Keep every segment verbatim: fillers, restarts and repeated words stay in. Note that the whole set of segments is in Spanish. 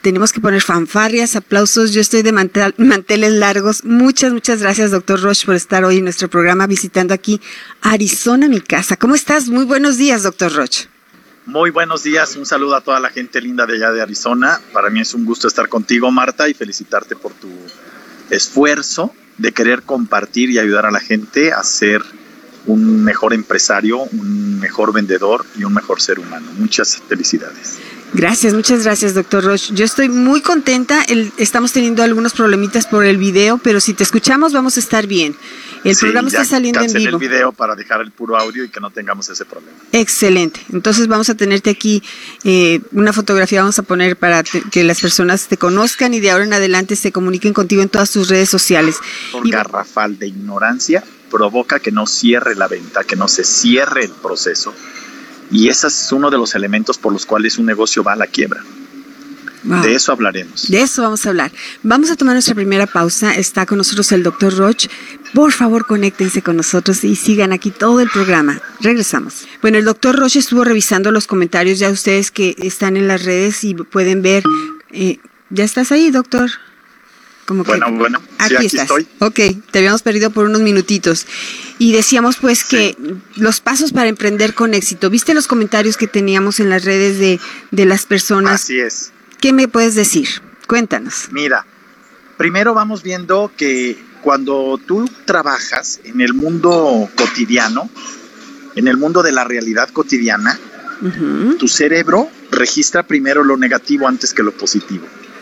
tenemos que poner fanfarrias, aplausos. Yo estoy de mantel, manteles largos. Muchas, muchas gracias, doctor Roche, por estar hoy en nuestro programa visitando aquí Arizona, mi casa. ¿Cómo estás? Muy buenos días, doctor Roche. Muy buenos días, un saludo a toda la gente linda de allá de Arizona. Para mí es un gusto estar contigo, Marta, y felicitarte por tu esfuerzo de querer compartir y ayudar a la gente a ser un mejor empresario, un mejor vendedor y un mejor ser humano. Muchas felicidades. Gracias, muchas gracias, doctor Roche. Yo estoy muy contenta. El, estamos teniendo algunos problemitas por el video, pero si te escuchamos vamos a estar bien. El sí, programa está saliendo en vivo. el video para dejar el puro audio y que no tengamos ese problema. Excelente. Entonces vamos a tenerte aquí eh, una fotografía, vamos a poner para te, que las personas te conozcan y de ahora en adelante se comuniquen contigo en todas tus redes sociales. Por y, garrafal de ignorancia provoca que no cierre la venta, que no se cierre el proceso. Y ese es uno de los elementos por los cuales un negocio va a la quiebra. Wow. De eso hablaremos. De eso vamos a hablar. Vamos a tomar nuestra primera pausa. Está con nosotros el doctor Roche. Por favor, conéctense con nosotros y sigan aquí todo el programa. Regresamos. Bueno, el doctor Roche estuvo revisando los comentarios ya ustedes que están en las redes y pueden ver. Eh, ¿Ya estás ahí, doctor? Como que, bueno, bueno, aquí, sí, aquí estás. estoy. Ok, te habíamos perdido por unos minutitos. Y decíamos pues sí. que los pasos para emprender con éxito. ¿Viste los comentarios que teníamos en las redes de, de las personas? Así es. ¿Qué me puedes decir? Cuéntanos. Mira, primero vamos viendo que cuando tú trabajas en el mundo cotidiano, en el mundo de la realidad cotidiana, uh-huh. tu cerebro registra primero lo negativo antes que lo positivo.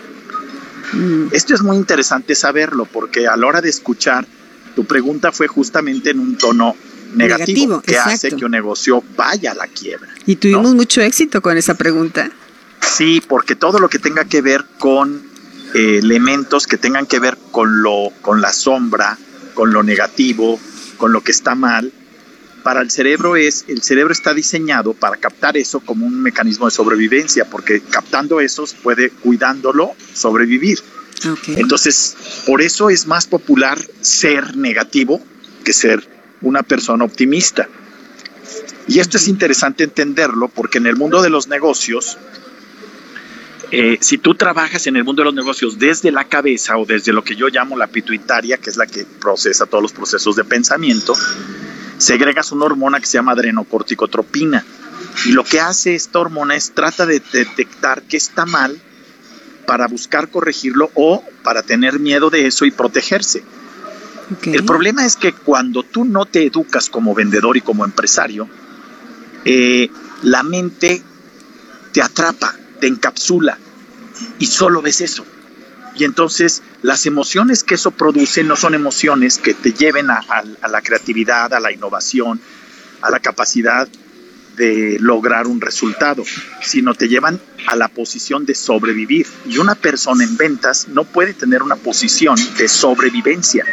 Esto es muy interesante saberlo porque a la hora de escuchar, tu pregunta fue justamente en un tono negativo, negativo que exacto. hace que un negocio vaya a la quiebra. Y tuvimos ¿no? mucho éxito con esa pregunta. Sí, porque todo lo que tenga que ver con eh, elementos que tengan que ver con, lo, con la sombra, con lo negativo, con lo que está mal, para el cerebro es, el cerebro está diseñado para captar eso como un mecanismo de sobrevivencia, porque captando eso puede, cuidándolo, sobrevivir. Okay. Entonces, por eso es más popular ser negativo que ser una persona optimista. Y esto es interesante entenderlo, porque en el mundo de los negocios, eh, si tú trabajas en el mundo de los negocios desde la cabeza o desde lo que yo llamo la pituitaria, que es la que procesa todos los procesos de pensamiento, segregas una hormona que se llama adrenocorticotropina. Y lo que hace esta hormona es trata de detectar qué está mal para buscar corregirlo o para tener miedo de eso y protegerse. Okay. El problema es que cuando tú no te educas como vendedor y como empresario, eh, la mente te atrapa, te encapsula y solo ves eso. Y entonces las emociones que eso produce no son emociones que te lleven a, a, a la creatividad, a la innovación, a la capacidad de lograr un resultado, sino te llevan a la posición de sobrevivir. Y una persona en ventas no puede tener una posición de sobrevivencia.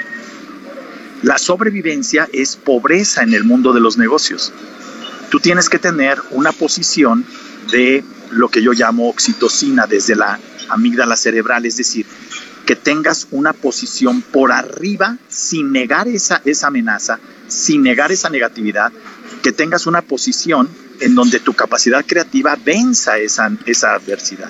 La sobrevivencia es pobreza en el mundo de los negocios. Tú tienes que tener una posición de lo que yo llamo oxitocina desde la amígdala cerebral, es decir, que tengas una posición por arriba sin negar esa, esa amenaza, sin negar esa negatividad, que tengas una posición en donde tu capacidad creativa venza esa, esa adversidad.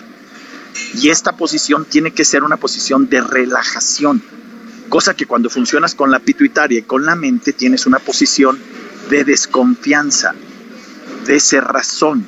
Y esta posición tiene que ser una posición de relajación, cosa que cuando funcionas con la pituitaria y con la mente tienes una posición de desconfianza, de cerrazón,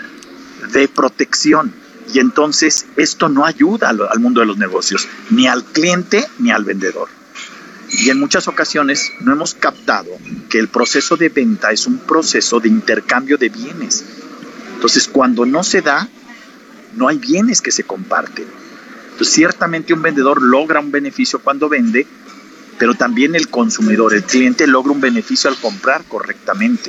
de protección. Y entonces esto no ayuda al, al mundo de los negocios, ni al cliente ni al vendedor. Y en muchas ocasiones no hemos captado que el proceso de venta es un proceso de intercambio de bienes. Entonces, cuando no se da, no hay bienes que se comparten. Entonces, ciertamente un vendedor logra un beneficio cuando vende, pero también el consumidor, el cliente, logra un beneficio al comprar correctamente.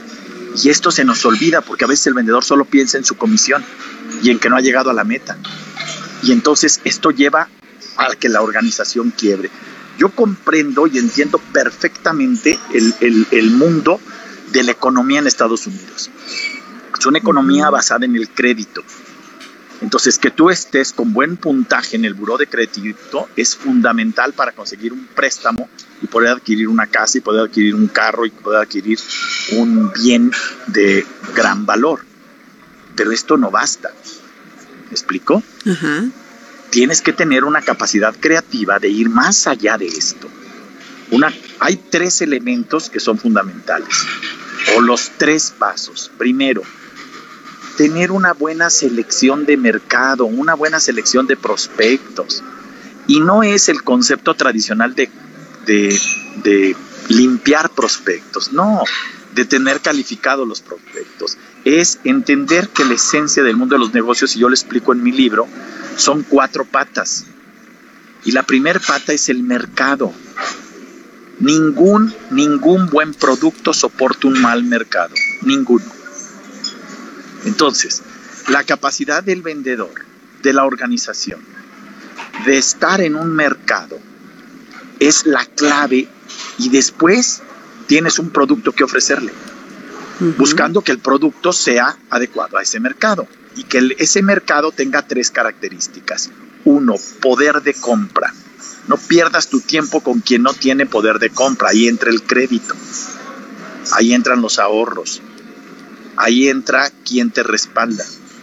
Y esto se nos olvida porque a veces el vendedor solo piensa en su comisión y en que no ha llegado a la meta. Y entonces esto lleva a que la organización quiebre. Yo comprendo y entiendo perfectamente el, el, el mundo de la economía en Estados Unidos. Es una economía basada en el crédito. Entonces, que tú estés con buen puntaje en el buró de crédito es fundamental para conseguir un préstamo y poder adquirir una casa y poder adquirir un carro y poder adquirir un bien de gran valor. Pero esto no basta. ¿Me explico? Uh-huh. tienes que tener una capacidad creativa de ir más allá de esto. Una, hay tres elementos que son fundamentales, o los tres pasos. Primero, tener una buena selección de mercado, una buena selección de prospectos. Y no es el concepto tradicional de, de, de limpiar prospectos, no, de tener calificados los prospectos. Es entender que la esencia del mundo de los negocios, y yo lo explico en mi libro, son cuatro patas. Y la primera pata es el mercado. Ningún, ningún buen producto soporta un mal mercado, ninguno. Entonces, la capacidad del vendedor, de la organización, de estar en un mercado, es la clave, y después tienes un producto que ofrecerle, uh-huh. buscando que el producto sea adecuado a ese mercado, y que el, ese mercado tenga tres características. Uno, poder de compra. No pierdas tu tiempo con quien no tiene poder de compra. Ahí entra el crédito, ahí entran los ahorros, ahí entra quien te respalda.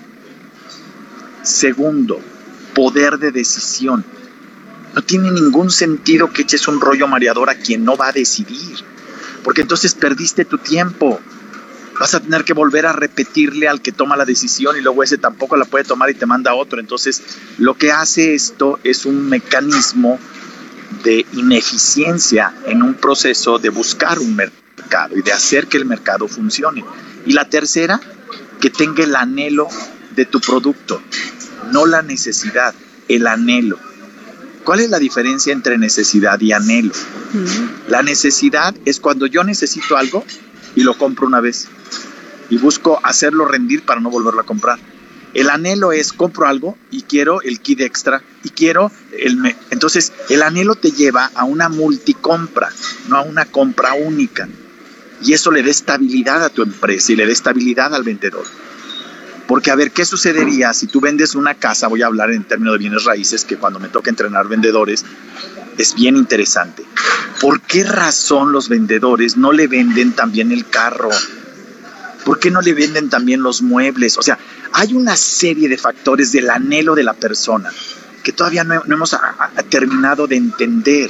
Segundo, poder de decisión. No tiene ningún sentido que eches un rollo mareador a quien no va a decidir, porque entonces perdiste tu tiempo. Vas a tener que volver a repetirle al que toma la decisión, y luego ese tampoco la puede tomar y te manda otro. Entonces, lo que hace esto es un mecanismo de ineficiencia en un proceso de buscar un mercado y de hacer que el mercado funcione. Y la tercera, que tenga el anhelo de tu producto, no la necesidad, el anhelo. ¿Cuál es la diferencia entre necesidad y anhelo? Uh-huh. La necesidad es cuando yo necesito algo y lo compro una vez y busco hacerlo rendir para no volverlo a comprar. El anhelo es, compro algo y quiero el kit extra y quiero el... Me- Entonces, el anhelo te lleva a una multicompra, no a una compra única. Y eso le da estabilidad a tu empresa y le da estabilidad al vendedor. Porque, a ver, ¿qué sucedería si tú vendes una casa? Voy a hablar en términos de bienes raíces, que cuando me toca entrenar vendedores es bien interesante. ¿Por qué razón los vendedores no le venden también el carro? ¿Por qué no le venden también los muebles? O sea, hay una serie de factores del anhelo de la persona que todavía no, no hemos a, a, terminado de entender.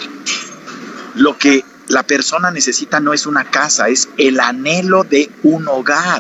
Lo que la persona necesita no es una casa, es el anhelo de un hogar.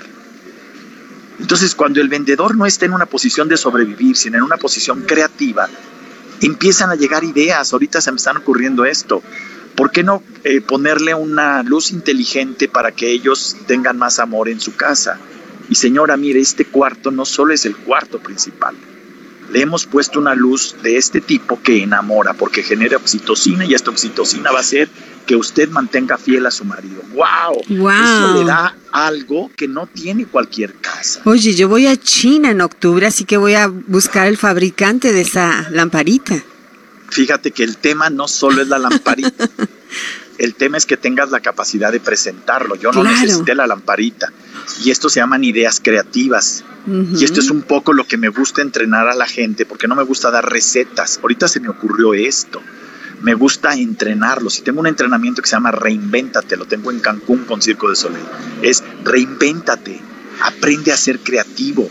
Entonces, cuando el vendedor no está en una posición de sobrevivir, sino en una posición creativa, empiezan a llegar ideas. Ahorita se me están ocurriendo esto. ¿Por qué no eh, ponerle una luz inteligente para que ellos tengan más amor en su casa? Y señora, mire, este cuarto no solo es el cuarto principal. Le hemos puesto una luz de este tipo que enamora, porque genera oxitocina, y esta oxitocina va a hacer que usted mantenga fiel a su marido. ¡Wow! ¡Wow! Eso le da algo que no tiene cualquier casa. Oye, yo voy a China en octubre, así que voy a buscar el fabricante de esa lamparita. Fíjate que el tema no solo es la lamparita. El tema es que tengas la capacidad de presentarlo. Yo no Claro. necesité la lamparita. Y esto se llaman ideas creativas. Uh-huh. Y esto es un poco lo que me gusta entrenar a la gente, porque no me gusta dar recetas. Ahorita se me ocurrió esto. Me gusta entrenarlos. Y tengo un entrenamiento que se llama Reinvéntate. Lo tengo en Cancún con Circo de Soleil. Es reinvéntate. Aprende a ser creativo.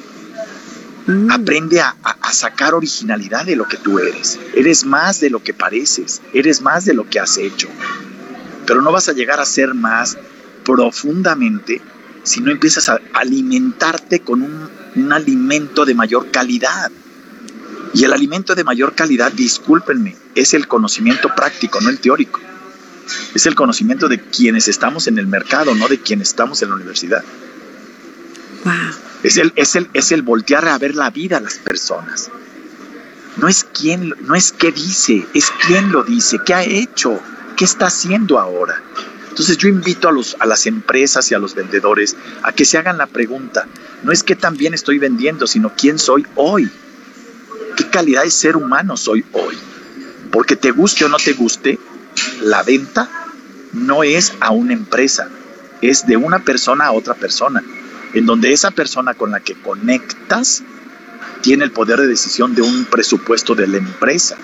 Mm. Aprende a, a, a sacar originalidad de lo que tú eres. Eres más de lo que pareces. Eres más de lo que has hecho. Pero no vas a llegar a ser más profundamente si no empiezas a alimentarte con un, un alimento de mayor calidad. Y el alimento de mayor calidad, discúlpenme, es el conocimiento práctico, no el teórico. Es el conocimiento de quienes estamos en el mercado, no de quienes estamos en la universidad. Wow. Es el, es el, es el voltear a ver la vida a las personas. No es quién, no es qué dice, es quién lo dice, qué ha hecho, qué está haciendo ahora. Entonces yo invito a, los, a las empresas y a los vendedores a que se hagan la pregunta. No es qué tan bien estoy vendiendo, sino quién soy hoy. ¿Qué calidad de ser humano soy hoy? Porque te guste o no te guste, la venta no es a una empresa, es de una persona a otra persona, en donde esa persona con la que conectas tiene el poder de decisión de un presupuesto de la empresa,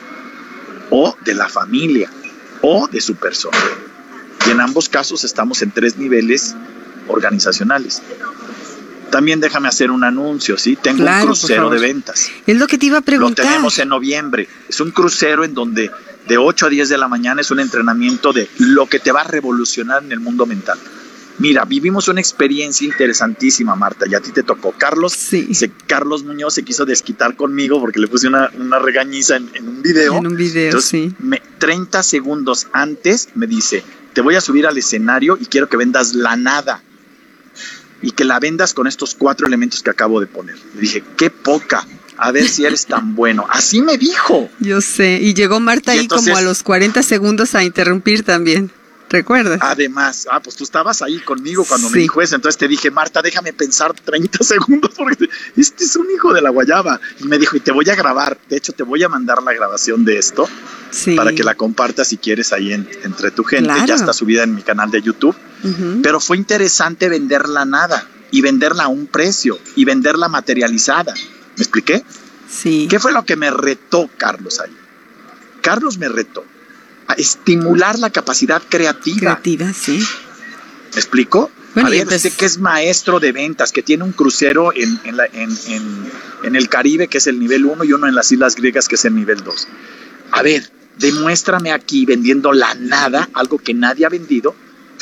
o de la familia, o de su persona. Y en ambos casos estamos en tres niveles organizacionales. También déjame hacer un anuncio, ¿sí? Tengo claro, un crucero de ventas. Es lo que te iba a preguntar. Lo tenemos en noviembre. Es un crucero en donde de ocho a diez de la mañana es un entrenamiento de lo que te va a revolucionar en el mundo mental. Mira, vivimos una experiencia interesantísima, Marta, y a ti te tocó. Carlos, sí. se, Carlos Muñoz se quiso desquitar conmigo porque le puse una, una regañiza en, en un video. En un video, Entonces, sí. Me, treinta segundos antes me dice, te voy a subir al escenario y quiero que vendas la nada. Y que la vendas con estos cuatro elementos que acabo de poner. Le dije, qué poca, a ver si eres tan bueno. Así me dijo. Yo sé, y llegó Marta y ahí entonces, como a los cuarenta segundos a interrumpir también, ¿recuerdas? Además, ah, pues tú estabas ahí conmigo cuando sí. me dijo eso, entonces te dije, Marta, déjame pensar treinta segundos porque este es un hijo de la guayaba. Y me dijo, y te voy a grabar, de hecho te voy a mandar la grabación de esto sí. para que la compartas si quieres ahí en, entre tu gente. Claro. Ya está subida en mi canal de YouTube. Uh-huh. Pero fue interesante venderla nada y venderla a un precio y venderla materializada. ¿Me expliqué? Sí. ¿Qué fue lo que me retó Carlos ahí? Carlos me retó a estimular la capacidad creativa. Creativa, sí. ¿Me explico? Bueno, a ver, pues, usted que es maestro de ventas, que tiene un crucero en, en, la, en, en, en el Caribe, que es el nivel uno, y uno en las Islas Griegas, que es el nivel dos. A ver, demuéstrame aquí vendiendo la nada, algo que nadie ha vendido,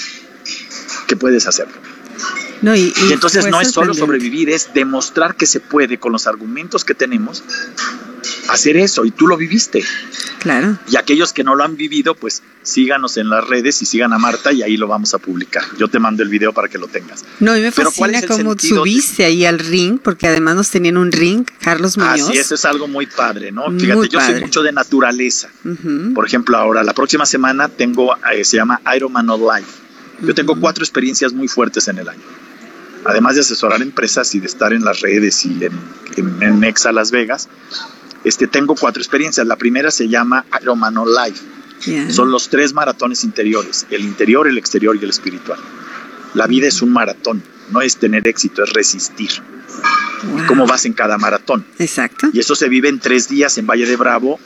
que puedes hacerlo. No, y, y, y entonces no es solo sobrevivir, es demostrar que se puede con los argumentos que tenemos hacer eso, y tú lo viviste. Claro. Y aquellos que no lo han vivido, pues síganos en las redes y sigan a Marta y ahí lo vamos a publicar. Yo te mando el video para que lo tengas. No, y me fascina cómo subiste ahí al ring, porque además nos tenían un ring, Carlos Muñoz. Ah, sí, eso es algo muy padre, ¿no? Muy Fíjate, yo padre. soy mucho de naturaleza. Uh-huh. Por ejemplo, ahora, la próxima semana tengo, eh, se llama Ironman of Life. Yo uh-huh. tengo cuatro experiencias muy fuertes en el año. Además de asesorar empresas y de estar en las redes y en, en, en Nexa Las Vegas, este, tengo cuatro experiencias. La primera se llama Ironman of Life. Yeah. Son los tres maratones interiores, el interior, el exterior y el espiritual. La vida es un maratón, no es tener éxito, es resistir. Wow. ¿Cómo vas en cada maratón? Exacto. Y eso se vive en tres días en Valle de Bravo,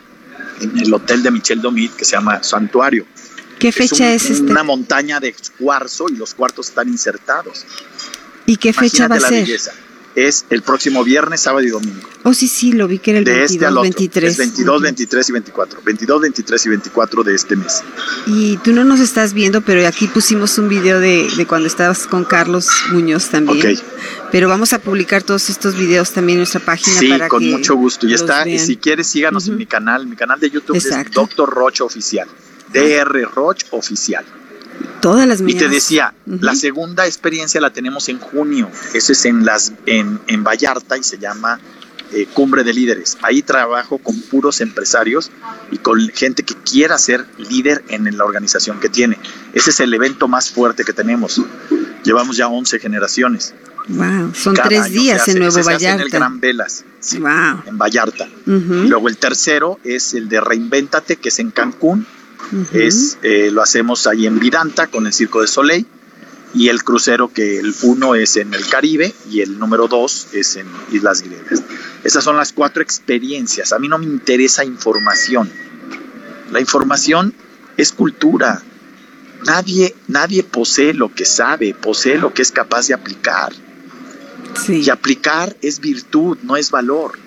en el hotel de Michel Domit, que se llama Santuario. ¿Qué fecha es, un, es este? Una montaña de cuarzo y los cuartos están insertados. ¿Y qué fecha Imagínate va a la ser? Belleza. Es el próximo viernes, sábado y domingo. Oh, sí, sí, lo vi que era el de veintidós, este al otro. veintitrés. Es veintidós, veintitrés y veinticuatro. veintidós, veintitrés y veinticuatro de este mes. Y tú no nos estás viendo, pero aquí pusimos un video de, de cuando estabas con Carlos Muñoz también. Ok. Pero vamos a publicar todos estos videos también en nuestra página. Sí, para con que mucho gusto. Y está, vean. Si quieres, síganos uh-huh. en mi canal. Mi canal de YouTube Exacto. es Doctor Roch Oficial. D R Roch Oficial. Todas las mañanas. Y te decía, uh-huh. la segunda experiencia la tenemos en junio. Eso es en las en, en Vallarta y se llama eh, Cumbre de Líderes. Ahí trabajo con puros empresarios y con gente que quiera ser líder en la organización que tiene. Ese es el evento más fuerte que tenemos. Llevamos ya once generaciones. Wow, son Cada tres días hace, en Nuevo Vallarta. Se hace en el Gran Velas, sí, wow. en Vallarta. Uh-huh. Y luego el tercero es el de Reinvéntate, que es en Cancún. Uh-huh. Es, eh, lo hacemos ahí en Vidanta con el Circo de Soleil, y el crucero que el uno es en el Caribe y el número dos es en Islas Griegas. Esas son las cuatro experiencias. A mí no me interesa información. La información es cultura. Nadie, nadie posee lo que sabe, posee lo que es capaz de aplicar. Sí. Y aplicar es virtud, no es valor.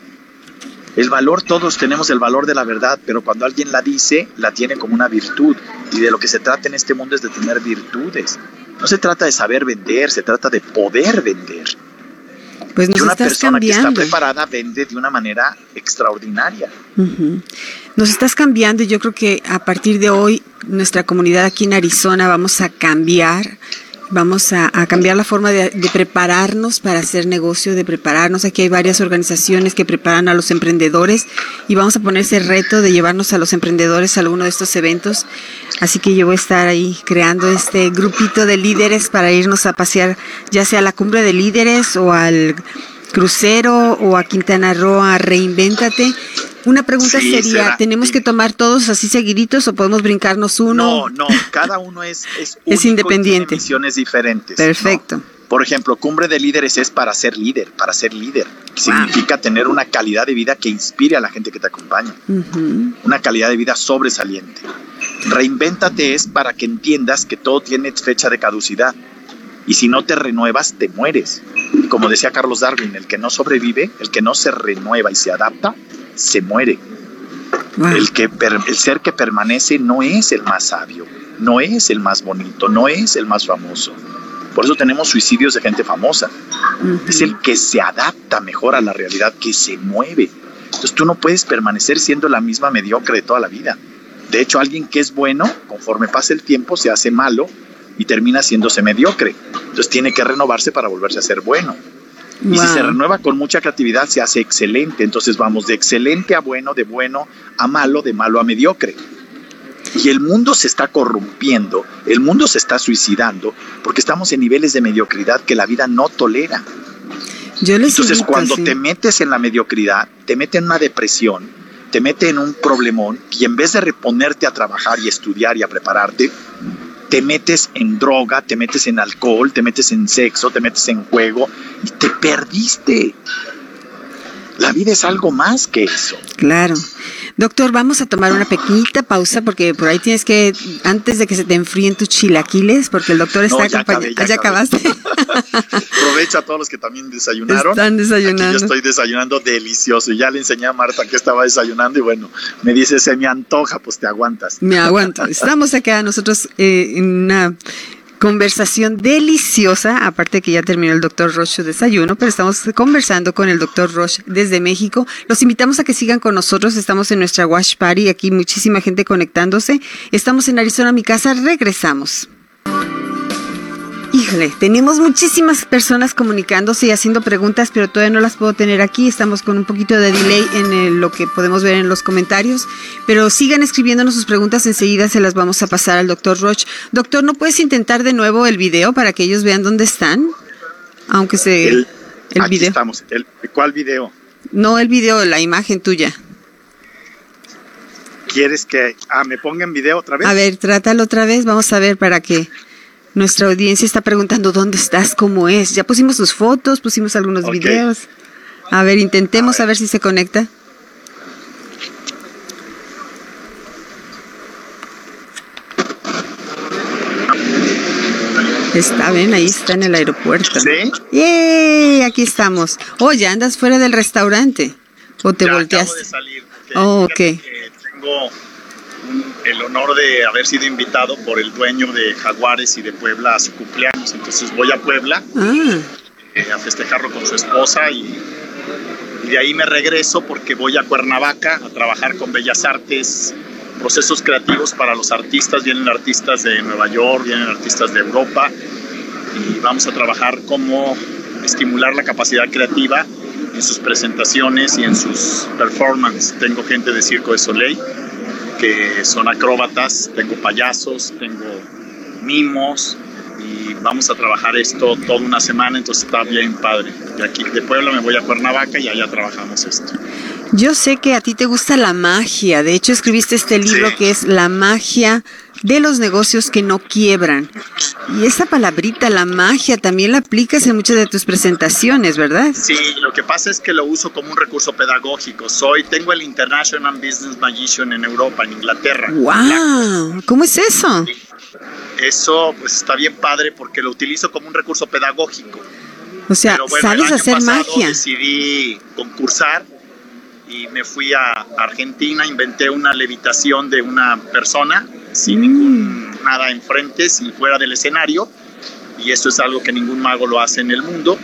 El valor, todos tenemos el valor de la verdad, pero cuando alguien la dice, la tiene como una virtud. Y de lo que se trata en este mundo es de tener virtudes. No se trata de saber vender, se trata de poder vender. Pues nos y una estás persona cambiando. que está preparada vende de una manera extraordinaria. Uh-huh. Nos estás cambiando, y yo creo que a partir de hoy, nuestra comunidad aquí en Arizona vamos a cambiar. Vamos a, a cambiar la forma de, de prepararnos para hacer negocio, de prepararnos. Aquí hay varias organizaciones que preparan a los emprendedores y vamos a poner ese reto de llevarnos a los emprendedores a alguno de estos eventos. Así que yo voy a estar ahí creando este grupito de líderes para irnos a pasear, ya sea a la Cumbre de Líderes o al crucero o a Quintana Roo, a Reinvéntate. Una pregunta sí, sería, será, ¿tenemos sí. que tomar todos así seguiditos o podemos brincarnos uno? No, no, cada uno es, es, es independiente. Tiene misiones diferentes. Perfecto. ¿No? Por ejemplo, Cumbre de Líderes es para ser líder, para ser líder. Wow. Significa tener una calidad de vida que inspire a la gente que te acompaña. Uh-huh. Una calidad de vida sobresaliente. Reinvéntate es para que entiendas que todo tiene fecha de caducidad. Y si no te renuevas, te mueres. Como decía Carlos Darwin, el que no sobrevive, el que no se renueva y se adapta, se muere. Wow. El, que per, el ser que permanece no es el más sabio, no es el más bonito, no es el más famoso. Por eso tenemos suicidios de gente famosa. Uh-huh. Es el que se adapta mejor a la realidad, que se mueve. Entonces tú no puedes permanecer siendo la misma mediocre de toda la vida. De hecho, alguien que es bueno, conforme pasa el tiempo, se hace malo y termina haciéndose mediocre. Entonces tiene que renovarse para volverse a ser bueno. Wow. Y si se renueva con mucha creatividad, se hace excelente. Entonces vamos de excelente a bueno, de bueno a malo, de malo a mediocre. Y el mundo se está corrompiendo, el mundo se está suicidando, porque estamos en niveles de mediocridad que la vida no tolera. Yo les Entonces invito, cuando sí. te metes en la mediocridad, te mete en una depresión, te mete en un problemón, y en vez de reponerte a trabajar y estudiar y a prepararte, te metes en droga, te metes en alcohol, te metes en sexo, te metes en juego y te perdiste. La vida es algo más que eso. Claro. Doctor, vamos a tomar una pequeñita pausa porque por ahí tienes que, antes de que se te enfríen tus chilaquiles, porque el doctor está no, ya acompañando. Acabé, ya ¿Ya acabaste? Aprovecho a todos los que también desayunaron. Están desayunando. Aquí yo estoy desayunando delicioso. Y ya le enseñé a Marta que estaba desayunando y bueno, me dice, se me antoja, pues te aguantas. Me aguanto. Estamos acá nosotros eh, en una conversación deliciosa, aparte que ya terminó el doctor Roche su desayuno, pero estamos conversando con el doctor Roche desde México. Los invitamos a que sigan con nosotros, estamos en nuestra Wash Party, aquí muchísima gente conectándose. Estamos en Arizona, mi casa, regresamos. Híjole, tenemos muchísimas personas comunicándose y haciendo preguntas, pero todavía no las puedo tener aquí. Estamos con un poquito de delay en el, lo que podemos ver en los comentarios, pero sigan escribiéndonos sus preguntas, enseguida se las vamos a pasar al doctor Roche. Doctor, ¿no puedes intentar de nuevo el video para que ellos vean dónde están? Aunque se... El, el aquí video. estamos. El, ¿Cuál video? No, el video, la imagen tuya. ¿Quieres que ah, me ponga en video otra vez? A ver, trátalo otra vez, vamos a ver para que... Nuestra audiencia está preguntando dónde estás, cómo es. Ya pusimos sus fotos, pusimos algunos okay. videos. A ver, intentemos a ver. a ver si se conecta. Está bien, ahí está en el aeropuerto. ¿Sí? ¡Yay! Aquí estamos. Oye, oh, ¿andas fuera del restaurante? ¿O te ya volteaste? Acabo de salir. Oh, ok. Tengo el honor de haber sido invitado por el dueño de Jaguares y de Puebla a su cumpleaños. Entonces voy a Puebla ah. eh, a festejarlo con su esposa y, y de ahí me regreso porque voy a Cuernavaca a trabajar con Bellas Artes, procesos creativos para los artistas. Vienen artistas de Nueva York, vienen artistas de Europa y vamos a trabajar cómo estimular la capacidad creativa en sus presentaciones y en sus performances. Tengo gente de Circo de Soleil que son acróbatas, tengo payasos, tengo mimos y vamos a trabajar esto toda una semana, entonces está bien padre. De aquí de Puebla me voy a Cuernavaca y allá trabajamos esto. Yo sé que a ti te gusta la magia, de hecho escribiste este libro sí. que es La magia de los negocios que no quiebran. Y esa palabrita, la magia, también la aplicas en muchas de tus presentaciones, ¿verdad? Sí, lo que pasa es que lo uso como un recurso pedagógico. Soy, tengo el International Business Magician en Europa, en Inglaterra. ¡Wow! ¿Cómo es eso? Sí. Eso pues está bien padre porque lo utilizo como un recurso pedagógico. O sea, Pero bueno, ¿sabes hacer pasado magia? Decidí concursar y me fui a Argentina, inventé una levitación de una persona sin mm. ningún nada enfrente, sin fuera del escenario, y eso es algo que ningún mago lo hace en el mundo,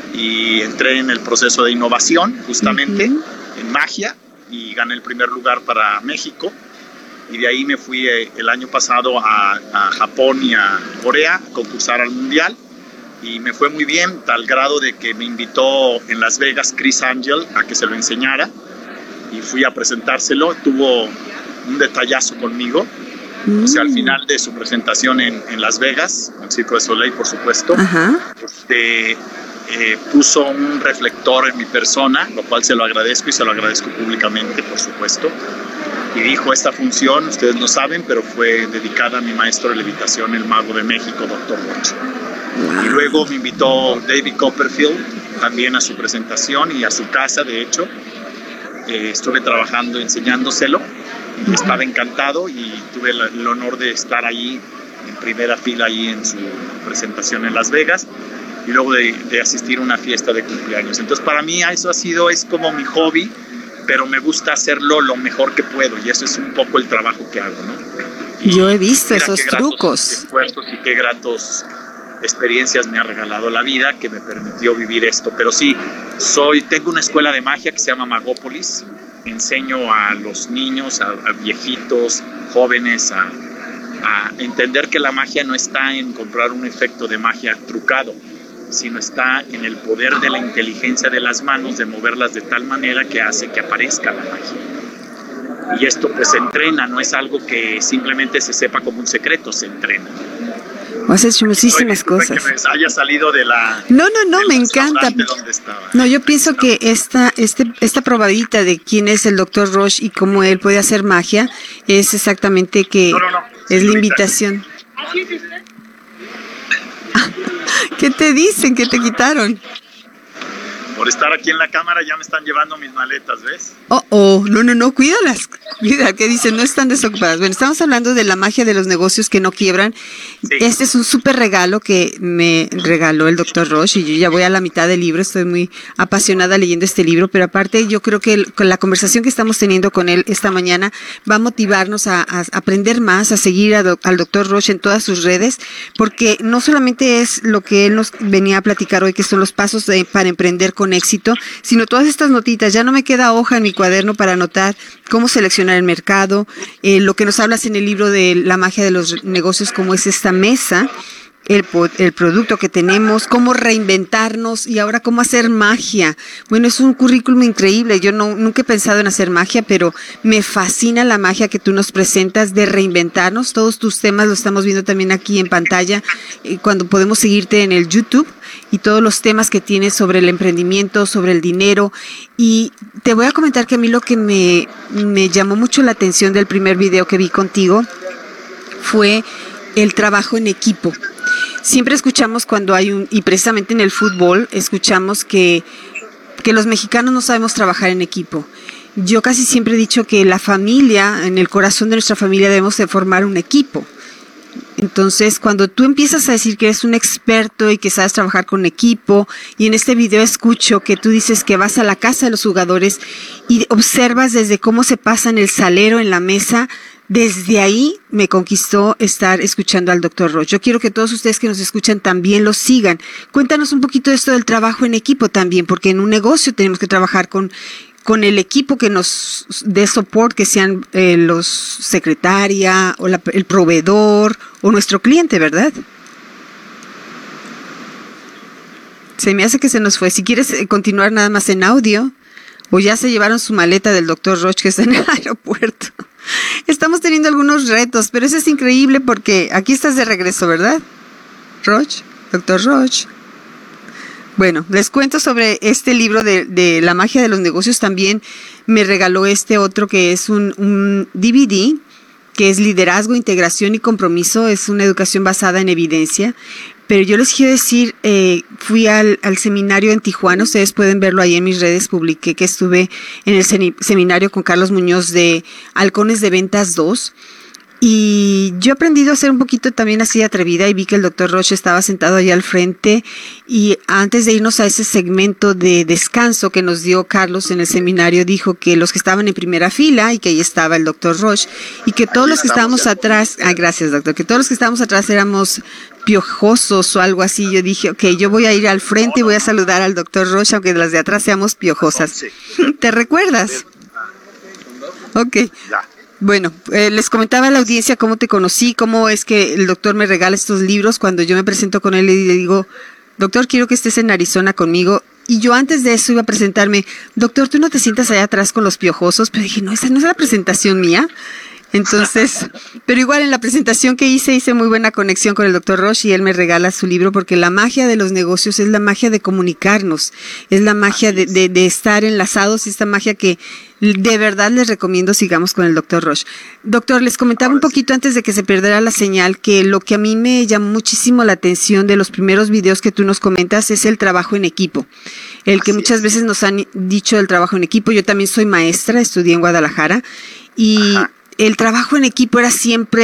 y entré en el proceso de innovación justamente uh-huh. en magia y gané el primer lugar para México, y de ahí me fui eh, el año pasado a, a Japón y a Corea a concursar al mundial y me fue muy bien, tal grado de que me invitó en Las Vegas Chris Angel a que se lo enseñara y fui a presentárselo, tuvo un detallazo conmigo. Mm. O sea, al final de su presentación en, en Las Vegas, en Circo de Soleil, por supuesto, este, eh, puso un reflector en mi persona, lo cual se lo agradezco y se lo agradezco públicamente, por supuesto. Y dijo, esta función, ustedes no saben, pero fue dedicada a mi maestro de levitación, el mago de México, doctor Roche. Wow. Y luego me invitó David Copperfield también a su presentación y a su casa, de hecho. Eh, estuve trabajando enseñándoselo. Estaba encantado y tuve el, el honor de estar ahí en primera fila ahí en su presentación en Las Vegas, y luego de, de asistir a una fiesta de cumpleaños. Entonces para mí eso ha sido, es como mi hobby, pero me gusta hacerlo lo mejor que puedo, y eso es un poco el trabajo que hago, ¿no? Y yo he visto mira esos qué gratos trucos. esfuerzos y qué gratos experiencias me ha regalado la vida que me permitió vivir esto. Pero sí, soy, tengo una escuela de magia que se llama Magópolis. Enseño a los niños, a, a viejitos, jóvenes, a, a entender que la magia no está en comprar un efecto de magia trucado, sino está en el poder de la inteligencia de las manos, de moverlas de tal manera que hace que aparezca la magia. Y esto pues se entrena, no es algo que simplemente se sepa como un secreto, se entrena. Has hecho muchísimas Oye, cosas. Que me haya salido de la... No, no, no, me encanta. Donde estaba. No, yo pienso que esta, este, esta probadita de quién es el doctor Roche y cómo él puede hacer magia es exactamente que no, no, no, es la invitación. ¿Qué te dicen? ¿Qué te quitaron? Por estar aquí en la cámara ya me están llevando mis maletas, ¿ves? Oh, oh, no, no, no, cuídalas. Cuida, que dicen, no están desocupadas. Bueno, estamos hablando de la magia de los negocios que no quiebran. Sí. Este es un súper regalo que me regaló el doctor Roche y yo ya voy a la mitad del libro, estoy muy apasionada leyendo este libro, pero aparte yo creo que el, con la conversación que estamos teniendo con él esta mañana va a motivarnos a, a aprender más, a seguir a do, al doctor Roche en todas sus redes, porque no solamente es lo que él nos venía a platicar hoy, que son los pasos de, para emprender con éxito, sino todas estas notitas. Ya no me queda hoja en mi cuaderno para anotar cómo seleccionar el mercado, eh, lo que nos hablas en el libro de la magia de los negocios, como es esta mesa, el, el producto que tenemos, cómo reinventarnos y ahora cómo hacer magia. Bueno, es un currículum increíble. Yo no, nunca he pensado en hacer magia, pero me fascina la magia que tú nos presentas de reinventarnos. Todos tus temas los estamos viendo también aquí en pantalla, eh, cuando podemos seguirte en el YouTube, y todos los temas que tienes sobre el emprendimiento, sobre el dinero. Y te voy a comentar que a mí lo que me, me llamó mucho la atención del primer video que vi contigo fue el trabajo en equipo. Siempre escuchamos cuando hay un, y precisamente en el fútbol, escuchamos que, que los mexicanos no sabemos trabajar en equipo. Yo casi siempre he dicho que la familia, en el corazón de nuestra familia debemos de formar un equipo. Entonces, cuando tú empiezas a decir que eres un experto y que sabes trabajar con equipo, y en este video escucho que tú dices que vas a la casa de los jugadores y observas desde cómo se pasan el salero en la mesa, desde ahí me conquistó estar escuchando al doctor Roche. Yo quiero que todos ustedes que nos escuchan también lo sigan. Cuéntanos un poquito de esto del trabajo en equipo también, porque en un negocio tenemos que trabajar con, con el equipo que nos dé soporte, que sean eh, los secretaria o la, el proveedor o nuestro cliente, ¿verdad? Se me hace que se nos fue. Si quieres continuar nada más en audio, o ya se llevaron su maleta del doctor Roche que está en el aeropuerto. Estamos teniendo algunos retos, pero eso es increíble porque aquí estás de regreso, ¿verdad? Roche, doctor Roche. Bueno, les cuento sobre este libro de, de la magia de los negocios. También me regaló este otro que es un, un D V D, que es Liderazgo, Integración y Compromiso. Es una educación basada en evidencia. Pero yo les quiero decir, eh, fui al, al seminario en Tijuana, ustedes pueden verlo ahí en mis redes, publiqué que estuve en el seminario con Carlos Muñoz de Halcones de Ventas dos, y yo he aprendido a ser un poquito también así atrevida, y vi que el doctor Roche estaba sentado allá al frente, y antes de irnos a ese segmento de descanso que nos dio Carlos en el seminario, dijo que los que estaban en primera fila, y que ahí estaba el doctor Roche, y que todos los que estábamos atrás, ah, gracias doctor, que todos los que estábamos atrás éramos piojosos o algo así. Yo dije, ok, yo voy a ir al frente y voy a saludar al doctor Roche, aunque las de atrás seamos piojosas. ¿Te recuerdas? Ok. Bueno, eh, les comentaba a la audiencia cómo te conocí, cómo es que el doctor me regala estos libros. Cuando yo me presento con él y le digo, doctor, quiero que estés en Arizona conmigo. Y yo antes de eso iba a presentarme, doctor, tú no te sientas allá atrás con los piojosos. Pero dije, no, esa no es la presentación mía. Entonces, pero igual en la presentación que hice, hice muy buena conexión con el doctor Roche y él me regala su libro, porque la magia de los negocios es la magia de comunicarnos, es la magia de, de, de estar enlazados, y esta magia que de verdad les recomiendo sigamos con el doctor Roche. Doctor, les comentaba un poquito antes de que se perdiera la señal que lo que a mí me llamó muchísimo la atención de los primeros videos que tú nos comentas es el trabajo en equipo. El que muchas veces nos han dicho del trabajo en equipo. Yo también soy maestra, estudié en Guadalajara y... Ajá. El trabajo en equipo era siempre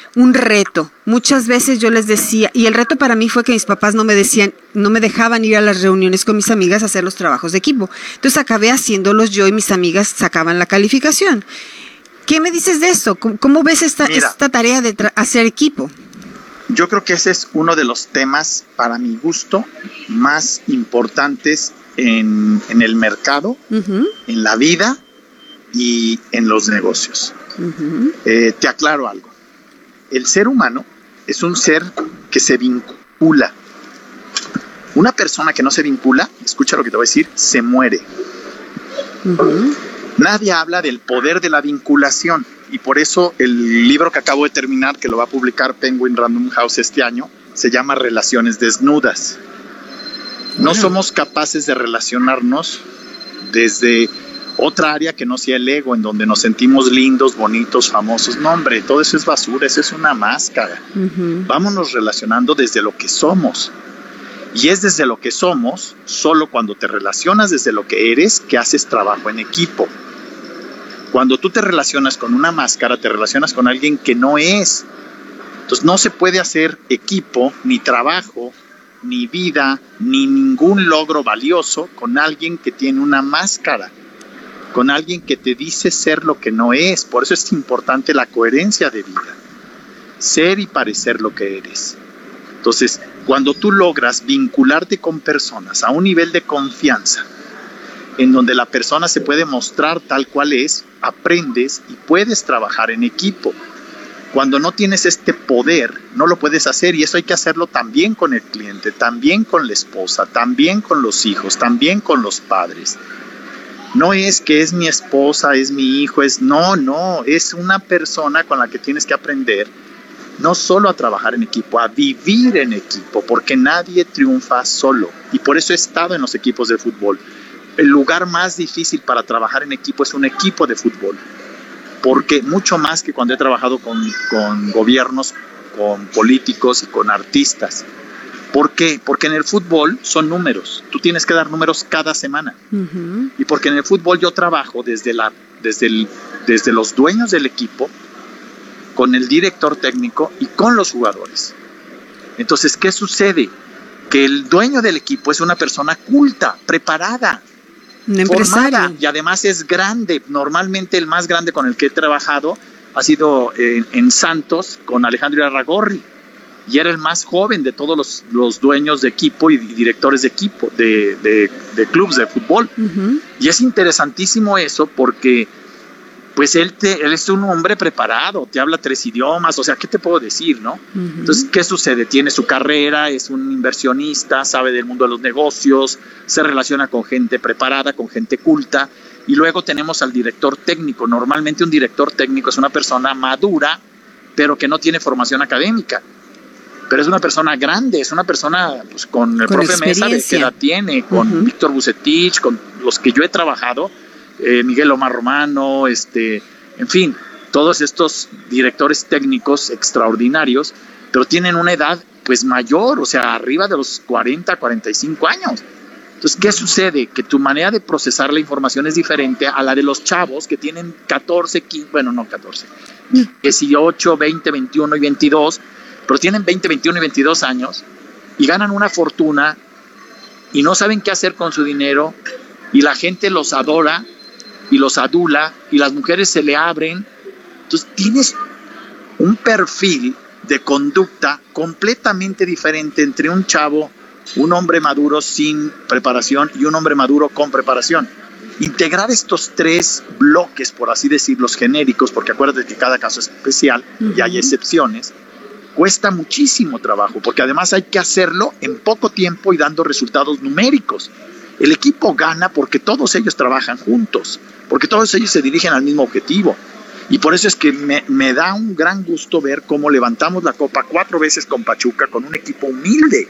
un reto. Muchas veces yo les decía, y el reto para mí fue que mis papás no me decían, no me dejaban ir a las reuniones con mis amigas a hacer los trabajos de equipo. Entonces acabé haciéndolos yo y mis amigas sacaban la calificación. ¿Qué me dices de eso? ¿Cómo, cómo ves esta, Mira, esta tarea de tra- hacer equipo? Yo creo que ese es uno de los temas, para mi gusto, más importantes en, en el mercado, uh-huh. en la vida y en los negocios. Uh-huh. Eh, te aclaro algo. El ser humano es un ser que se vincula. Una persona que no se vincula, escucha lo que te voy a decir, se muere. Uh-huh. Nadie habla del poder de la vinculación. Y por eso el libro que acabo de terminar, que lo va a publicar Penguin Random House este año, se llama Relaciones Desnudas. No bueno. somos capaces de relacionarnos desde otra área que no sea el ego, en donde nos sentimos lindos, bonitos, famosos. No, hombre, todo eso es basura, eso es una máscara. Uh-huh. Vámonos relacionando desde lo que somos. Y es desde lo que somos, solo cuando te relacionas desde lo que eres, que haces trabajo en equipo. Cuando tú te relacionas con una máscara, te relacionas con alguien que no es. Entonces no se puede hacer equipo, ni trabajo, ni vida, ni ningún logro valioso con alguien que tiene una máscara, con alguien que te dice ser lo que no es. Por eso es importante la coherencia de vida. Ser y parecer lo que eres. Entonces, cuando tú logras vincularte con personas a un nivel de confianza, en donde la persona se puede mostrar tal cual es, aprendes y puedes trabajar en equipo. Cuando no tienes este poder, no lo puedes hacer, y eso hay que hacerlo también con el cliente, también con la esposa, también con los hijos, también con los padres. No es que es mi esposa, es mi hijo, es no, no, es una persona con la que tienes que aprender no solo a trabajar en equipo, a vivir en equipo, porque nadie triunfa solo, y por eso he estado en los equipos de fútbol. El lugar más difícil para trabajar en equipo es un equipo de fútbol, porque mucho más que cuando he trabajado con, con gobiernos, con políticos y con artistas. ¿Por qué? Porque en el fútbol son números, tú tienes que dar números cada semana. Uh-huh. Y porque en el fútbol yo trabajo desde, la, desde, el, desde los dueños del equipo, con el director técnico y con los jugadores. Entonces, ¿qué sucede? Que el dueño del equipo es una persona culta, preparada, un formada, y además es grande. Normalmente el más grande con el que he trabajado ha sido en, en Santos con Alejandro Irarrágorri, y era el más joven de todos los, los dueños de equipo y directores de equipo de, de, de clubes de fútbol. Uh-huh. Y es interesantísimo eso, porque pues él, te, él es un hombre preparado, te habla tres idiomas, o sea, ¿qué te puedo decir, no? Uh-huh. Entonces, ¿qué sucede? Tiene su carrera, es un inversionista, sabe del mundo de los negocios, se relaciona con gente preparada, con gente culta, y luego tenemos al director técnico. Normalmente un director técnico es una persona madura, pero que no tiene formación académica, pero es una persona grande, es una persona pues, con el con profe Mesa, de qué edad tiene, con uh-huh. Víctor Bucetich, con los que yo he trabajado, Eh, Miguel Omar Romano, este, en fin, todos estos directores técnicos extraordinarios, pero tienen una edad pues mayor, o sea, arriba de los cuarenta, cuarenta y cinco años. Entonces, ¿qué sucede? Que tu manera de procesar la información es diferente a la de los chavos que tienen catorce, quince, bueno, no catorce, dieciocho, veinte, veintiuno y veintidós, pero tienen veinte, veintiuno y veintidós años y ganan una fortuna y no saben qué hacer con su dinero, y la gente los adora y los adula, y las mujeres se le abren. Entonces tienes un perfil de conducta completamente diferente entre un chavo, un hombre maduro sin preparación y un hombre maduro con preparación. Integrar estos tres bloques, por así decirlos, genéricos, porque acuérdate que cada caso es especial uh-huh. y hay excepciones, cuesta muchísimo trabajo, porque además hay que hacerlo en poco tiempo y dando resultados numéricos. El equipo gana porque todos ellos trabajan juntos, porque todos ellos se dirigen al mismo objetivo. Y por eso es que me, me da un gran gusto ver cómo levantamos la copa cuatro veces con Pachuca, con un equipo humilde,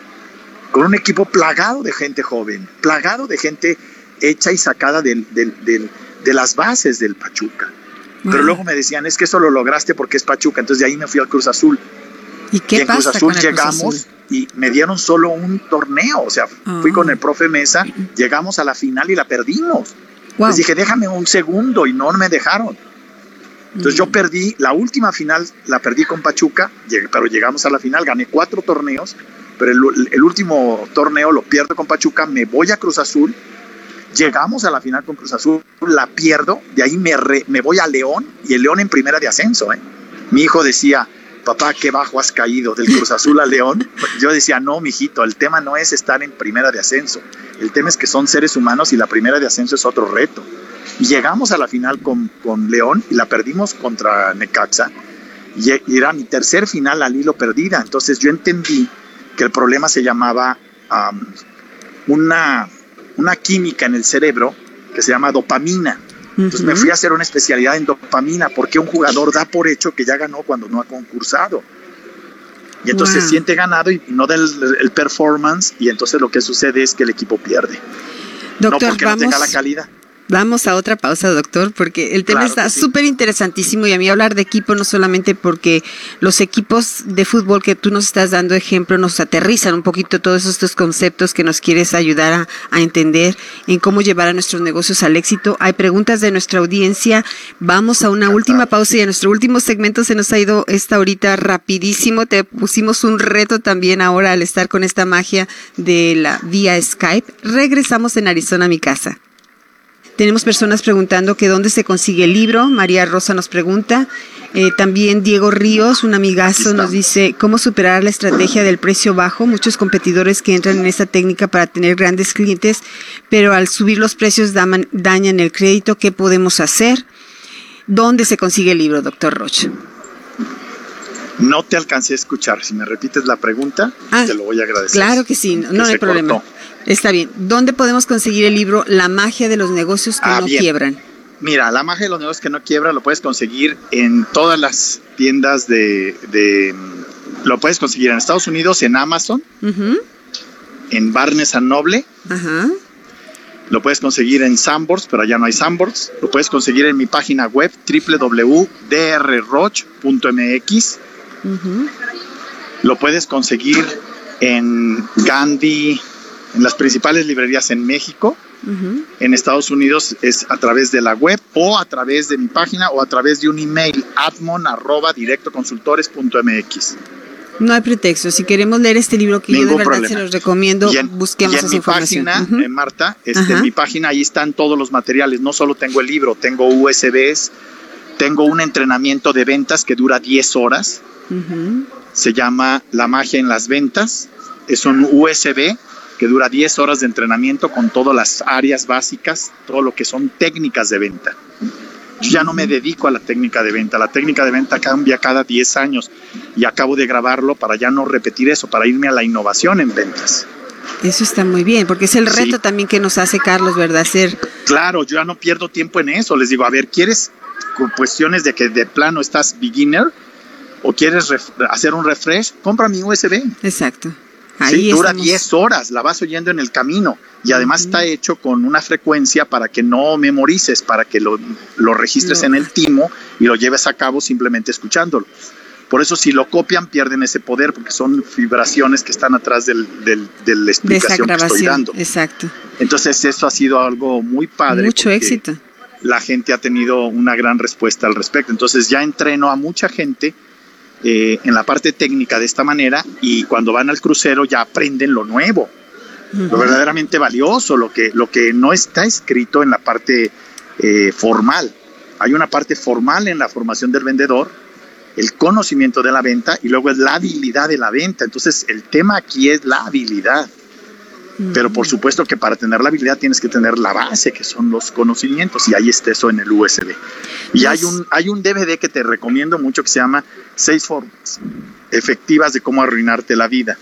con un equipo plagado de gente joven, plagado de gente hecha y sacada del, del, del, de las bases del Pachuca. Wow. Pero luego me decían, es que eso lo lograste porque es Pachuca. Entonces de ahí me fui al Cruz Azul. ¿Y qué y en pasa Cruz Azul con el llegamos Cruz Azul? Y me dieron solo un torneo. O sea, oh. fui con el profe Mesa, llegamos a la final y la perdimos. Wow. Les dije, déjame un segundo, y no me dejaron. Entonces yo perdí, la última final la perdí con Pachuca, pero llegamos a la final, gané cuatro torneos, pero el, el último torneo lo pierdo con Pachuca, me voy a Cruz Azul, llegamos a la final con Cruz Azul, la pierdo, de ahí me, re, me voy a León, y el León en primera de ascenso. ¿eh? Mi hijo decía, papá, qué bajo has caído del Cruz Azul a León. Yo decía, no, mijito, el tema no es estar en primera de ascenso, el tema es que son seres humanos y la primera de ascenso es otro reto. Y llegamos a la final con, con León y la perdimos contra Necaxa, y, y era mi tercer final al hilo perdida. Entonces yo entendí que el problema se llamaba um, una, una química en el cerebro que se llama dopamina. Entonces uh-huh. me fui a hacer una especialidad en dopamina, porque un jugador da por hecho que ya ganó cuando no ha concursado. Y entonces wow. se siente ganado y no da el, el performance, y entonces lo que sucede es que el equipo pierde. Doctor, no porque vamos, no tenga la calidad. Vamos a otra pausa, doctor, porque el tema claro está sí. súper interesantísimo, y a mí hablar de equipo no solamente porque los equipos de fútbol que tú nos estás dando ejemplo nos aterrizan un poquito todos estos conceptos que nos quieres ayudar a, a entender en cómo llevar a nuestros negocios al éxito. Hay preguntas de nuestra audiencia. Vamos a una última pausa, y a nuestro último segmento se nos ha ido esta horita rapidísimo. Te pusimos un reto también ahora al estar con esta magia de la vía Skype. Regresamos en Arizona, mi casa. Tenemos personas preguntando que dónde se consigue el libro. María Rosa nos pregunta. Eh, también Diego Ríos, un amigazo, nos dice cómo superar la estrategia del precio bajo. Muchos competidores que entran en esta técnica para tener grandes clientes, pero al subir los precios daman, dañan el crédito. ¿Qué podemos hacer? ¿Dónde se consigue el libro, doctor Roche? No te alcancé a escuchar. Si me repites la pregunta, ah, te lo voy a agradecer. Claro que sí, no, que no hay problema. Cortó. Está bien. ¿Dónde podemos conseguir el libro La magia de los negocios que ah, no bien. quiebran? Mira, La magia de los negocios que no quiebran lo puedes conseguir en todas las tiendas de... de lo puedes conseguir en Estados Unidos, en Amazon, uh-huh. en Barnes and Noble. Uh-huh. Lo puedes conseguir en Sanborns, pero allá no hay Sanborns. Lo puedes conseguir en mi página web, doble u doble u doble u punto d r roch punto m x. Uh-huh. Lo puedes conseguir en Gandhi, en las principales librerías en México. Uh-huh. En Estados Unidos es a través de la web, o a través de mi página, o a través de un email, admon arroba directoconsultores punto m x. No hay pretexto. Si queremos leer este libro, que Ningún yo de verdad problema. se los recomiendo, en, busquemos esa información. Y en mi página, uh-huh. eh, Marta, este, en mi página ahí están todos los materiales. No solo tengo el libro, tengo U S Bs, tengo un entrenamiento de ventas que dura diez horas. Uh-huh. Se llama La magia en las ventas. Es un U S B que dura diez horas de entrenamiento con todas las áreas básicas, todo lo que son técnicas de venta. Yo ya no me dedico a la técnica de venta. La técnica de venta cambia cada diez años y acabo de grabarlo para ya no repetir eso, para irme a la innovación en ventas. Eso está muy bien, porque es el reto sí. también que nos hace Carlos, ¿verdad? Ser... Claro, yo ya no pierdo tiempo en eso. Les digo, a ver, ¿quieres cuestiones de que de plano estás beginner o quieres ref- hacer un refresh? Compra mi U S B. Exacto. Ahí sí, dura diez horas, la vas oyendo en el camino, y además uh-huh. está hecho con una frecuencia para que no memorices, para que lo, lo registres no. en el timo y lo lleves a cabo simplemente escuchándolo. Por eso si lo copian pierden ese poder, porque son vibraciones que están atrás del, del, de la explicación que estoy dando. Exacto. Entonces eso ha sido algo muy padre. Mucho éxito. La gente ha tenido una gran respuesta al respecto. Entonces ya entreno a mucha gente Eh, en la parte técnica de esta manera, y cuando van al crucero ya aprenden lo nuevo, uh-huh. lo verdaderamente valioso, lo que, lo que no está escrito en la parte eh, formal. Hay una parte formal en la formación del vendedor, el conocimiento de la venta, y luego es la habilidad de la venta. Entonces el tema aquí es la habilidad. Uh-huh. Pero por supuesto que para tener la habilidad tienes que tener la base, que son los conocimientos, y ahí está eso en el U S B. Y yes. hay un hay un D V D que te recomiendo mucho que se llama Seis formas efectivas de cómo arruinarte la vida.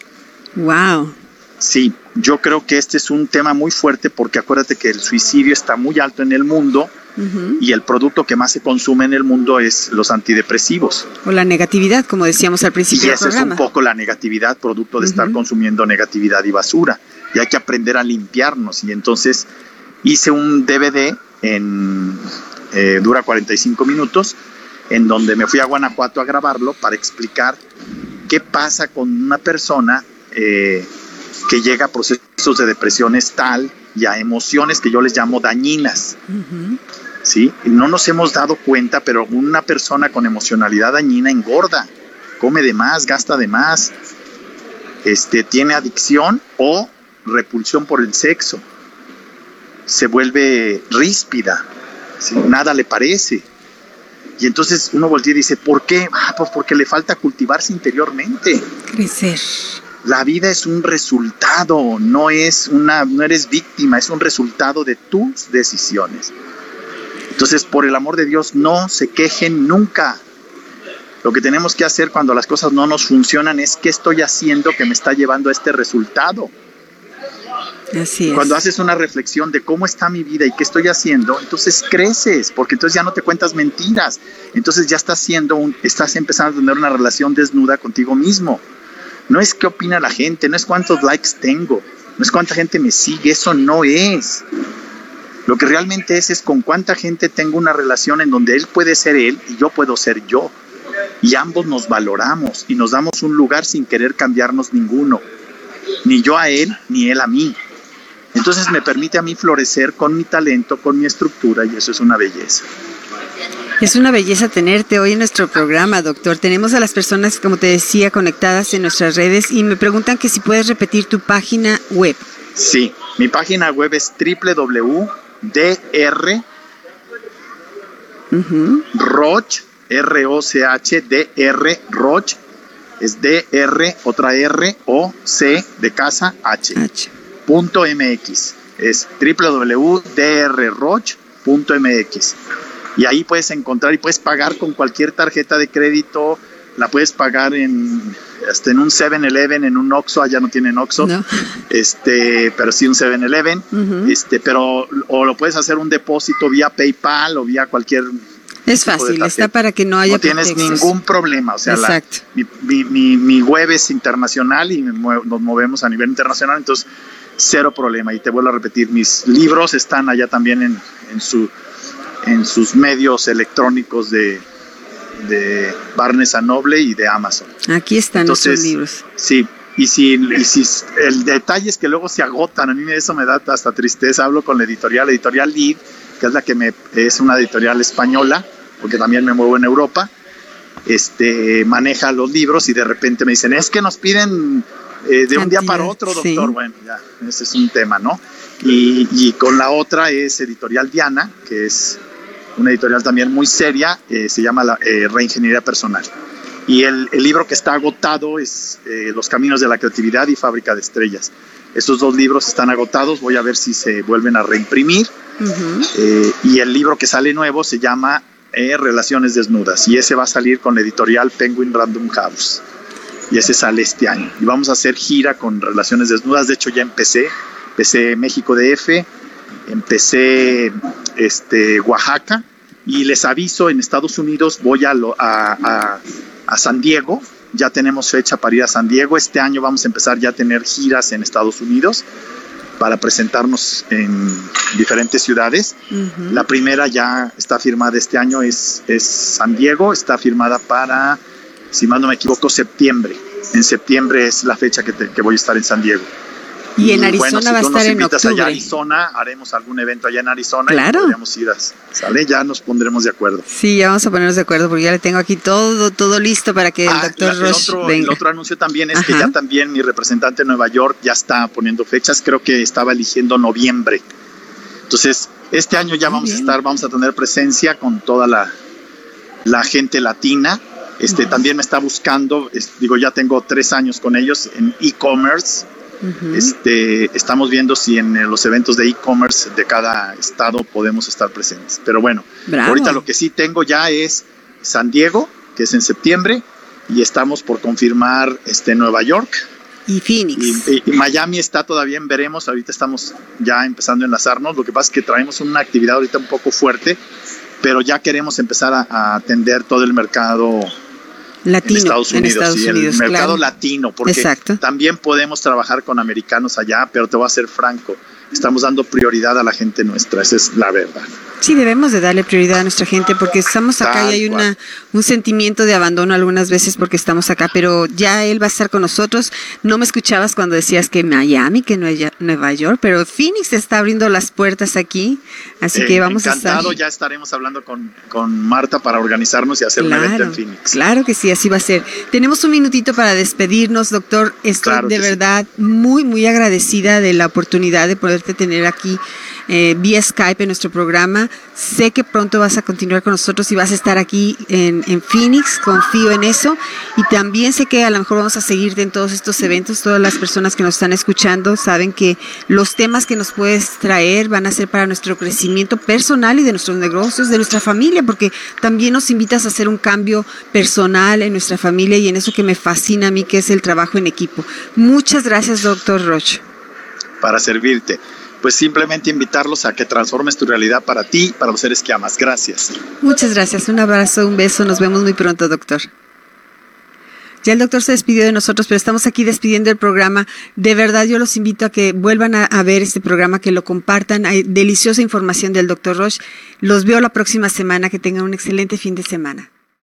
Wow. Sí, yo creo que este es un tema muy fuerte, porque acuérdate que el suicidio está muy alto en el mundo, uh-huh. y el producto que más se consume en el mundo es los antidepresivos. O la negatividad, como decíamos al principio y del programa. Y eso es un poco la negatividad, producto de uh-huh. estar consumiendo negatividad y basura. Y hay que aprender a limpiarnos. Y entonces hice un D V D, en, eh, dura cuarenta y cinco minutos, en donde me fui a Guanajuato a grabarlo para explicar qué pasa con una persona eh, que llega a procesos de depresiones tal y a emociones que yo les llamo dañinas. Uh-huh. ¿sí? Y no nos hemos dado cuenta, pero una persona con emocionalidad dañina engorda, come de más, gasta de más, este, tiene adicción o repulsión por el sexo, se vuelve ríspida, ¿sí? Nada le parece. Y entonces uno voltea y dice, ¿por qué? Ah, pues porque le falta cultivarse interiormente. Crecer. La vida es un resultado, no es una, no eres víctima, es un resultado de tus decisiones. Entonces, por el amor de Dios, no se quejen nunca. Lo que tenemos que hacer cuando las cosas no nos funcionan es ¿qué estoy haciendo que me está llevando a este resultado? Así es. Cuando haces una reflexión de cómo está mi vida y qué estoy haciendo, entonces creces, porque entonces ya no te cuentas mentiras. Entonces ya estás haciendo un, estás empezando a tener una relación desnuda contigo mismo. No es qué opina la gente, no es cuántos likes tengo, no es cuánta gente me sigue, eso no es. Lo que realmente es es con cuánta gente tengo una relación en donde él puede ser él y yo puedo ser yo. Y ambos nos valoramos y nos damos un lugar sin querer cambiarnos ninguno. Ni yo a él, ni él a mí. Entonces me permite a mí florecer con mi talento, con mi estructura, y eso es una belleza. Es una belleza tenerte hoy en nuestro programa, doctor. Tenemos a las personas, como te decía, conectadas en nuestras redes y me preguntan que si puedes repetir tu página web. Sí, mi página web es doble u doble u doble u punto d r roch, R O C H, D R, Roch, es D R, otra R, O, C, de casa, H, H. punto M X. Es doble u doble u doble u punto d r roch punto m x. Y ahí puedes encontrar y puedes pagar con cualquier tarjeta de crédito, la puedes pagar en hasta en un seven eleven, en un Oxxo, allá no tienen Oxxo, no. este, pero sí un seven eleven, uh-huh. este, pero o lo puedes hacer un depósito vía PayPal o vía cualquier. Es fácil, está para que no haya No tienes pretextos. Ningún problema, o sea, la, mi, mi, mi, mi web es internacional y me muevo, nos movemos a nivel internacional, entonces cero problema. Y te vuelvo a repetir, mis libros están allá también en, en su en sus medios electrónicos de, de Barnes and Noble y de Amazon. Aquí están Entonces, nuestros libros. Sí, y si, y si el detalle es que luego se agotan, a mí eso me da hasta tristeza. Hablo con la editorial, la editorial Lead, que es la que me es una editorial española, porque también me muevo en Europa, este maneja los libros y de repente me dicen, es que nos piden eh, de un día para otro, doctor. Sí. Bueno, ya, ese es un tema, ¿no? Y, y con la otra es editorial Diana, que es una editorial también muy seria, eh, se llama la, eh, Reingeniería Personal. Y el, el libro que está agotado es eh, Los Caminos de la Creatividad y Fábrica de Estrellas. Esos dos libros están agotados, voy a ver si se vuelven a reimprimir. Uh-huh. eh, y el libro que sale nuevo se llama eh, Relaciones Desnudas, y ese va a salir con la editorial Penguin Random House, y ese sale este año. Y vamos a hacer gira con Relaciones Desnudas, de hecho ya empecé, empecé México D F, empecé este, Oaxaca, y les aviso, en Estados Unidos voy a, lo, a, a, a San Diego, ya tenemos fecha para ir a San Diego, este año vamos a empezar ya a tener giras en Estados Unidos para presentarnos en diferentes ciudades. Uh-huh. La primera ya está firmada este año, es, es San Diego, está firmada para, si mal no me equivoco, septiembre. En septiembre es la fecha que, te, que voy a estar en San Diego. Y en Arizona bueno, si va a estar en octubre. Allá a Arizona, haremos algún evento allá en Arizona. Claro. Y podríamos ir a, ¿sale? Ya nos pondremos de acuerdo. Sí, ya vamos a ponernos de acuerdo porque ya le tengo aquí todo, todo listo para que ah, el doctor la, Roch el otro, venga. El otro anuncio también es Ajá. que ya también mi representante en Nueva York ya está poniendo fechas. Creo que estaba eligiendo noviembre. Entonces, este año ya Muy vamos bien. a estar, vamos a tener presencia con toda la, la gente latina. Este, uh-huh. También me está buscando, es, digo, ya tengo tres años con ellos en e-commerce. Uh-huh. Este, estamos viendo si en los eventos de e-commerce de cada estado podemos estar presentes. Pero bueno, Bravo. ahorita lo que sí tengo ya es San Diego, que es en septiembre, y estamos por confirmar este, Nueva York. Y Phoenix. Y, y, y Miami está todavía en veremos, ahorita estamos ya empezando a enlazarnos. Lo que pasa es que traemos una actividad ahorita un poco fuerte, pero ya queremos empezar a, a atender todo el mercado latino, en Estados Unidos, en Estados sí, Unidos, el mercado claro. latino, porque Exacto. también podemos trabajar con americanos allá, pero te voy a ser franco, estamos dando prioridad a la gente nuestra, esa es la verdad. Sí, debemos de darle prioridad a nuestra gente porque estamos acá Tal y hay una, un sentimiento de abandono algunas veces porque estamos acá, pero ya él va a estar con nosotros. No me escuchabas cuando decías que Miami, que Nueva York, pero Phoenix está abriendo las puertas aquí, así eh, que vamos a estar. Encantado, ya estaremos hablando con, con Marta para organizarnos y hacer claro, un evento en Phoenix. Claro que sí, así va a ser. Tenemos un minutito para despedirnos, doctor. Estoy claro de verdad sí. muy, muy agradecida de la oportunidad de poderte tener aquí eh, vía Skype en nuestro programa. Sé que pronto vas a continuar con nosotros y vas a estar aquí en, en Phoenix, confío en eso, y también sé que a lo mejor vamos a seguirte en todos estos eventos. Todas las personas que nos están escuchando saben que los temas que nos puedes traer van a ser para nuestro crecimiento personal y de nuestros negocios, de nuestra familia, porque también nos invitas a hacer un cambio personal en nuestra familia y en eso que me fascina a mí, que es el trabajo en equipo. Muchas gracias, doctor Roch. Para servirte. Pues simplemente invitarlos a que transformes tu realidad para ti y para los seres que amas. Gracias. Muchas gracias. Un abrazo, un beso. Nos vemos muy pronto, doctor. Ya el doctor se despidió de nosotros, pero estamos aquí despidiendo el programa. De verdad, yo los invito a que vuelvan a, a ver este programa, que lo compartan. Hay deliciosa información del doctor Roch. Los veo la próxima semana. Que tengan un excelente fin de semana.